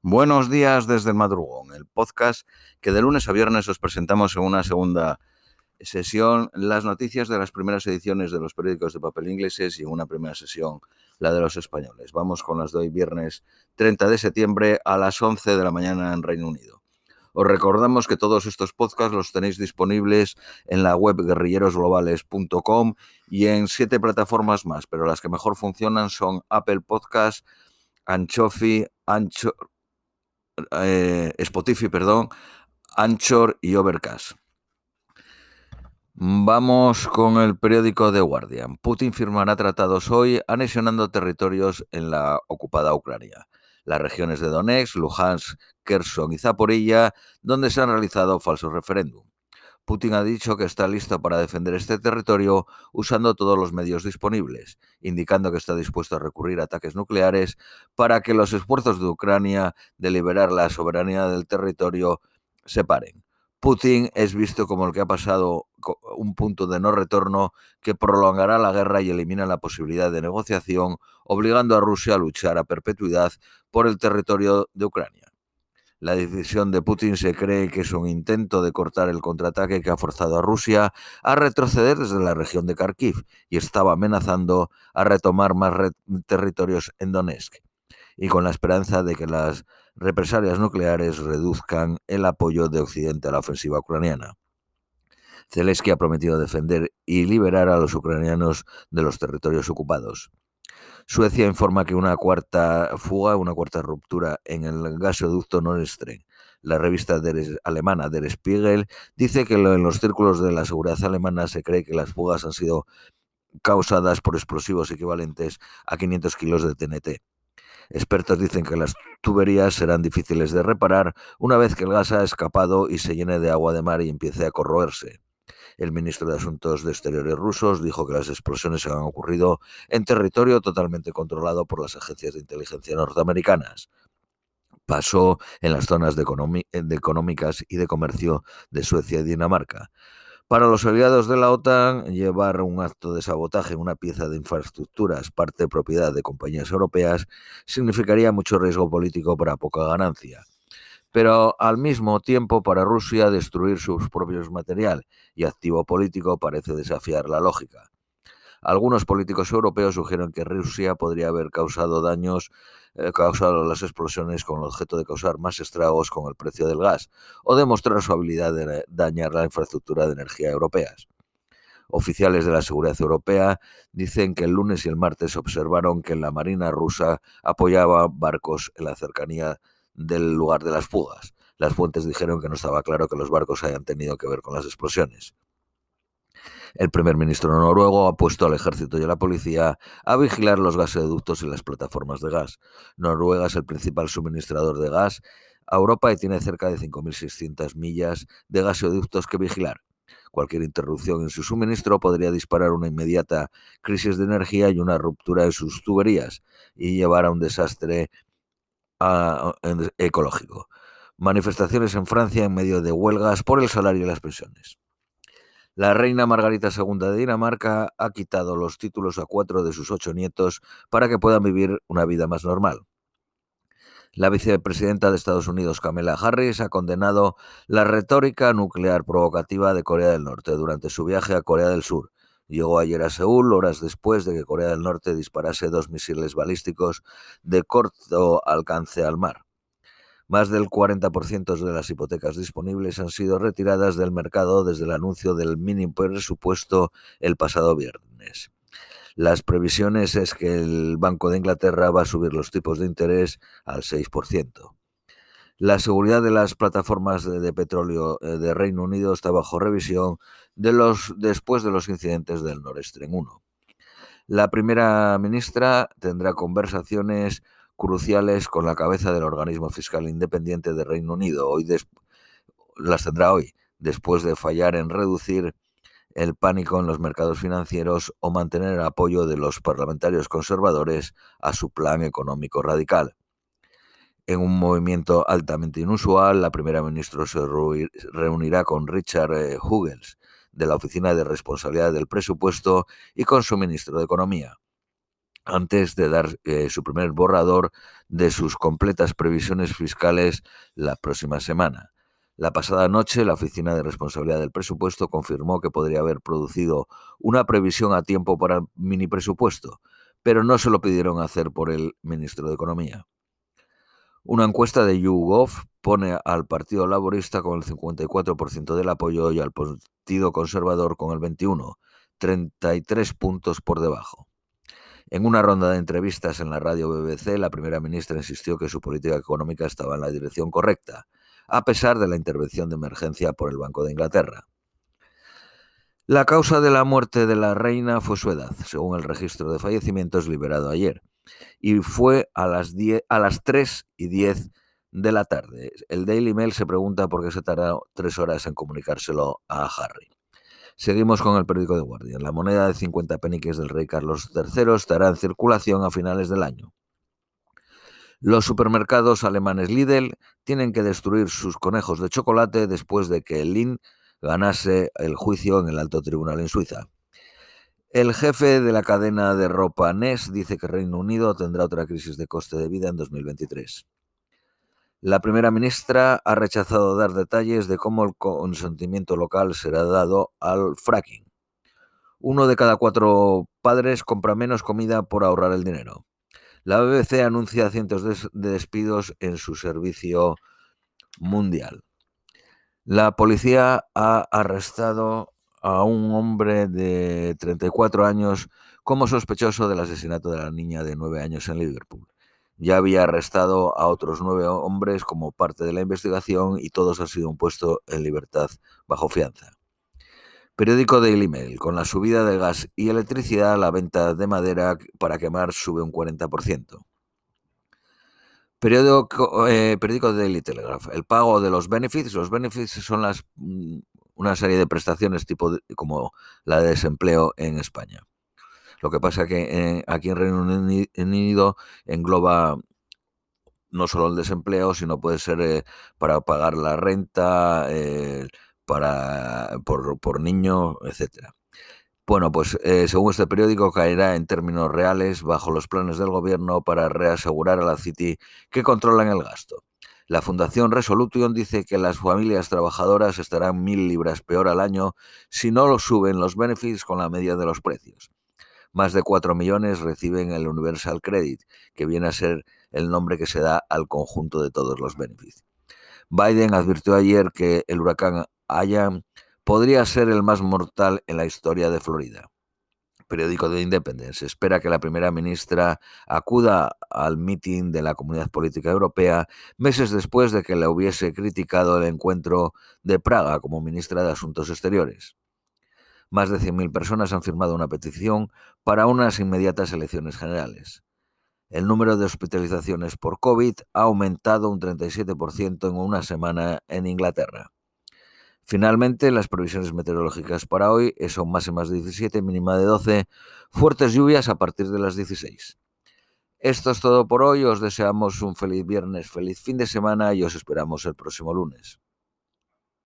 Buenos días desde el madrugón, el podcast que de lunes a viernes os presentamos en una segunda sesión las noticias de las primeras ediciones de los periódicos de papel ingleses y en una primera sesión la de los españoles. Vamos con las de hoy, viernes 30 de septiembre a las 11 de la mañana en Reino Unido. Os recordamos que todos estos podcasts los tenéis disponibles en la web guerrillerosglobales.com y en 7 plataformas más, pero las que mejor funcionan son Apple Podcasts, Spotify, Anchor y Overcast. Vamos con el periódico The Guardian. Putin firmará tratados hoy anexionando territorios en la ocupada Ucrania. Las regiones de Donetsk, Luhansk, Kherson y Zaporilla, donde se han realizado falsos referéndum. Putin ha dicho que está listo para defender este territorio usando todos los medios disponibles, indicando que está dispuesto a recurrir a ataques nucleares para que los esfuerzos de Ucrania de liberar la soberanía del territorio se paren. Putin es visto como el que ha pasado un punto de no retorno que prolongará la guerra y elimina la posibilidad de negociación, obligando a Rusia a luchar a perpetuidad por el territorio de Ucrania. La decisión de Putin se cree que es un intento de cortar el contraataque que ha forzado a Rusia a retroceder desde la región de Kharkiv y estaba amenazando a retomar más territorios en Donetsk, y con la esperanza de que las represalias nucleares reduzcan el apoyo de Occidente a la ofensiva ucraniana. Zelensky ha prometido defender y liberar a los ucranianos de los territorios ocupados. Suecia informa que una cuarta ruptura en el gasoducto Nord Stream. La revista alemana Der Spiegel dice que en los círculos de la seguridad alemana se cree que las fugas han sido causadas por explosivos equivalentes a 500 kilos de TNT. Expertos dicen que las tuberías serán difíciles de reparar una vez que el gas ha escapado y se llene de agua de mar y empiece a corroerse. El ministro de Asuntos de Exteriores rusos dijo que las explosiones han ocurrido en territorio totalmente controlado por las agencias de inteligencia norteamericanas. Pasó en las zonas económicas y de comercio de Suecia y Dinamarca. Para los aliados de la OTAN, llevar un acto de sabotaje en una pieza de infraestructuras, parte propiedad de compañías europeas, significaría mucho riesgo político para poca ganancia. Pero al mismo tiempo, para Rusia, destruir sus propios material y activo político parece desafiar la lógica. Algunos políticos europeos sugieren que Rusia podría haber causado las explosiones con el objeto de causar más estragos con el precio del gas o demostrar su habilidad de dañar la infraestructura de energía europeas. Oficiales de la seguridad europea dicen que el lunes y el martes observaron que la marina rusa apoyaba barcos en la cercanía del lugar de las fugas. Las fuentes dijeron que no estaba claro que los barcos hayan tenido que ver con las explosiones. El primer ministro noruego ha puesto al ejército y a la policía a vigilar los gasoductos y las plataformas de gas. Noruega es el principal suministrador de gas a Europa y tiene cerca de 5.600 millas de gasoductos que vigilar. Cualquier interrupción en su suministro podría disparar una inmediata crisis de energía y una ruptura en sus tuberías y llevar a un desastre ecológico. Manifestaciones en Francia en medio de huelgas por el salario y las pensiones. La reina Margarita II de Dinamarca ha quitado los títulos a 4 de sus 8 nietos para que puedan vivir una vida más normal. La vicepresidenta de Estados Unidos, Kamala Harris, ha condenado la retórica nuclear provocativa de Corea del Norte durante su viaje a Corea del Sur. Llegó ayer a Seúl, horas después de que Corea del Norte disparase 2 misiles balísticos de corto alcance al mar. Más del 40% de las hipotecas disponibles han sido retiradas del mercado desde el anuncio del mini presupuesto el pasado viernes. Las previsiones es que el Banco de Inglaterra va a subir los tipos de interés al 6%. La seguridad de las plataformas de petróleo de Reino Unido está bajo revisión después de los incidentes del Nord Stream 1. La primera ministra tendrá conversaciones cruciales con la cabeza del organismo fiscal independiente de Reino Unido. Las tendrá hoy, después de fallar en reducir el pánico en los mercados financieros o mantener el apoyo de los parlamentarios conservadores a su plan económico radical. En un movimiento altamente inusual, la primera ministra se reunirá con Richard Huggins, de la Oficina de Responsabilidad del Presupuesto, y con su ministro de Economía. antes de dar su primer borrador de sus completas previsiones fiscales la próxima semana. La pasada noche, la Oficina de Responsabilidad del Presupuesto confirmó que podría haber producido una previsión a tiempo para el mini presupuesto, pero no se lo pidieron hacer por el ministro de Economía. Una encuesta de YouGov pone al Partido Laborista con el 54% del apoyo y al Partido Conservador con el 21%, 33 puntos por debajo. En una ronda de entrevistas en la radio BBC, la primera ministra insistió que su política económica estaba en la dirección correcta, a pesar de la intervención de emergencia por el Banco de Inglaterra. La causa de la muerte de la reina fue su edad, según el registro de fallecimientos liberado ayer, y fue a las 3:10 de la tarde. El Daily Mail se pregunta por qué se tardó 3 horas en comunicárselo a Harry. Seguimos con el periódico The Guardian. La moneda de 50 peniques del rey Carlos III estará en circulación a finales del año. Los supermercados alemanes Lidl tienen que destruir sus conejos de chocolate después de que el Linn ganase el juicio en el alto tribunal en Suiza. El jefe de la cadena de ropa Ness dice que Reino Unido tendrá otra crisis de coste de vida en 2023. La primera ministra ha rechazado dar detalles de cómo el consentimiento local será dado al fracking. 1 de cada 4 padres compra menos comida por ahorrar el dinero. La BBC anuncia cientos de despidos en su servicio mundial. La policía ha arrestado a un hombre de 34 años como sospechoso del asesinato de la niña de 9 años en Liverpool. Ya había arrestado a otros 9 hombres como parte de la investigación y todos han sido puestos en libertad bajo fianza. Periódico Daily Mail. Con la subida de gas y electricidad, la venta de madera para quemar sube un 40%. Periódico Daily Telegraph. El pago de los benefits. Los benefits son una serie de prestaciones como la de desempleo en España. Lo que pasa que aquí en Reino Unido engloba no solo el desempleo, sino puede ser para pagar la renta, por niño, etcétera. Bueno, pues según este periódico caerá en términos reales bajo los planes del gobierno para reasegurar a la City que controlan el gasto. La Fundación Resolution dice que las familias trabajadoras estarán 1.000 libras peor al año si no lo suben los benefits con la media de los precios. Más de 4 millones reciben el Universal Credit, que viene a ser el nombre que se da al conjunto de todos los benefits. Biden advirtió ayer que el huracán Ian podría ser el más mortal en la historia de Florida. Periódico de Independent. Se espera que la primera ministra acuda al mitin de la Comunidad Política Europea meses después de que le hubiese criticado el encuentro de Praga como ministra de Asuntos Exteriores. Más de 100.000 personas han firmado una petición para unas inmediatas elecciones generales. El número de hospitalizaciones por COVID ha aumentado un 37% en una semana en Inglaterra. Finalmente, las previsiones meteorológicas para hoy son máximas de 17, mínima de 12, fuertes lluvias a partir de las 16. Esto es todo por hoy, os deseamos un feliz viernes, feliz fin de semana y os esperamos el próximo lunes.